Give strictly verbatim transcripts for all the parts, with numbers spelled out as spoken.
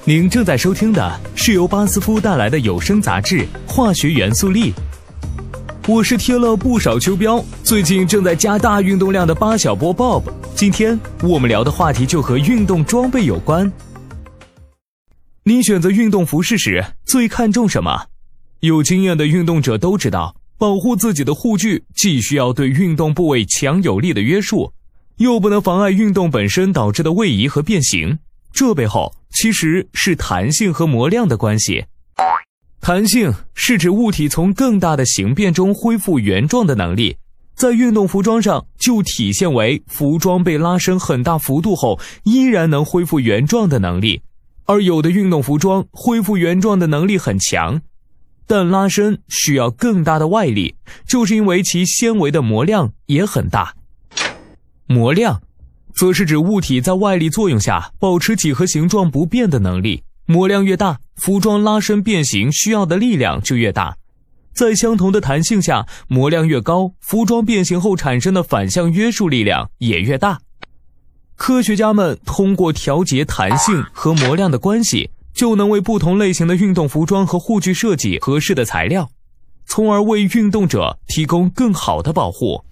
您正在收听的是由巴斯夫带来的有声杂志《化学元素力》。我是贴了不少秋膘，最近正在加大运动量的巴小波 Bob。今天我们聊的话题就和运动装备有关。你选择运动服饰时最看重什么？有经验的运动者都知道，保护自己的护具既需要对运动部位强有力的约束，又不能妨碍运动本身导致的位移和变形。这背后其实是弹性和模量的关系。弹性是指物体从更大的形变中恢复原状的能力，在运动服装上就体现为服装被拉伸很大幅度后依然能恢复原状的能力。而有的运动服装恢复原状的能力很强，但拉伸需要更大的外力，就是因为其纤维的模量也很大。模量则是指物体在外力作用下保持几何形状不变的能力，模量越大，服装拉伸变形需要的力量就越大。在相同的弹性下，模量越高，服装变形后产生的反向约束力量也越大。科学家们通过调节弹性和模量的关系，就能为不同类型的运动服装和护具设计合适的材料，从而为运动者提供更好的保护。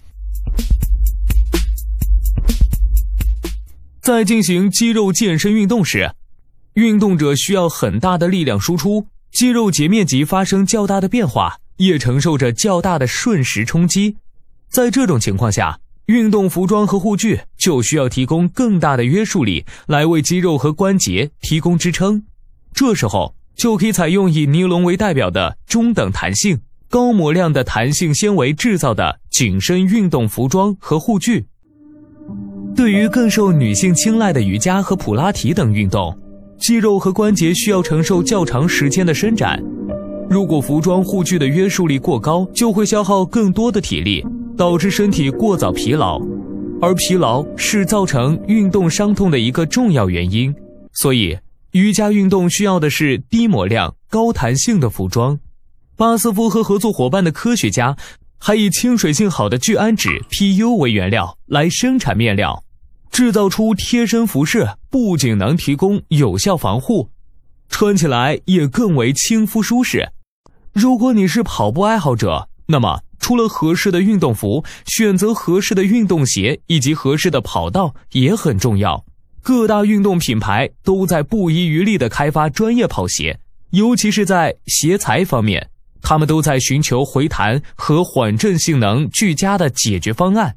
在进行肌肉健身运动时，运动者需要很大的力量输出，肌肉截面积发生较大的变化，也承受着较大的瞬时冲击。在这种情况下，运动服装和护具就需要提供更大的约束力来为肌肉和关节提供支撑。这时候就可以采用以尼龙为代表的中等弹性、高模量的弹性纤维制造的紧身运动服装和护具。对于更受女性青睐的瑜伽和普拉提等运动，肌肉和关节需要承受较长时间的伸展。如果服装护具的约束力过高，就会消耗更多的体力，导致身体过早疲劳，而疲劳是造成运动伤痛的一个重要原因。所以瑜伽运动需要的是低模量、高弹性的服装。巴斯夫和合作伙伴的科学家还以亲水性好的聚氨酯 P U 为原料来生产面料，制造出贴身服饰，不仅能提供有效防护，穿起来也更为亲肤舒适。如果你是跑步爱好者，那么除了合适的运动服，选择合适的运动鞋以及合适的跑道也很重要。各大运动品牌都在不遗余力地开发专业跑鞋，尤其是在鞋材方面，他们都在寻求回弹和缓震性能俱佳的解决方案。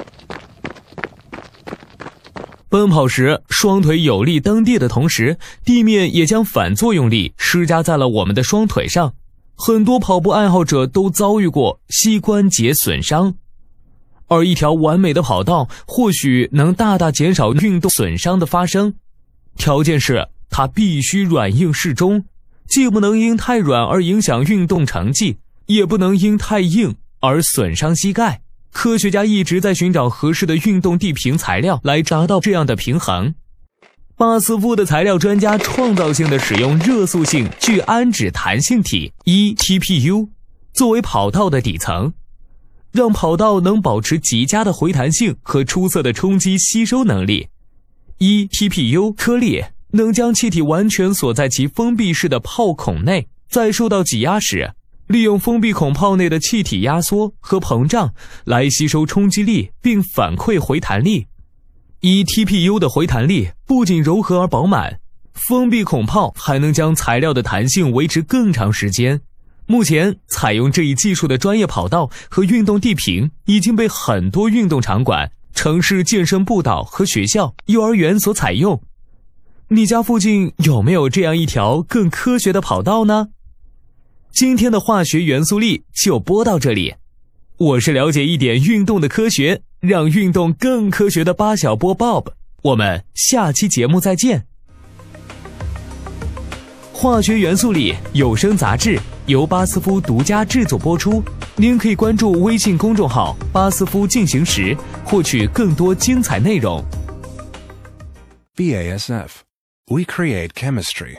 奔跑时，双腿有力蹬地的同时，地面也将反作用力施加在了我们的双腿上。很多跑步爱好者都遭遇过膝关节损伤，而一条完美的跑道或许能大大减少运动损伤的发生。条件是它必须软硬适中，既不能因太软而影响运动成绩，也不能因太硬而损伤膝盖。科学家一直在寻找合适的运动地坪材料来达到这样的平衡。巴斯夫的材料专家创造性地使用热塑性聚氨酯弹性体 E T P U 作为跑道的底层，让跑道能保持极佳的回弹性和出色的冲击吸收能力。 E T P U 颗粒能将气体完全锁在其封闭式的泡孔内，在受到挤压时，利用封闭孔泡内的气体压缩和膨胀来吸收冲击力并反馈回弹力。E T P U 的回弹力不仅柔和而饱满，封闭孔泡还能将材料的弹性维持更长时间。目前采用这一技术的专业跑道和运动地坪已经被很多运动场馆、城市健身步道和学校、幼儿园所采用。你家附近有没有这样一条更科学的跑道呢？今天的化学元素力就播到这里。我是了解一点运动的科学，让运动更科学的巴小波 Bob。我们下期节目再见。化学元素力有声杂志由巴斯夫独家制作播出，您可以关注微信公众号巴斯夫进行时，获取更多精彩内容。 B A S F We create chemistry.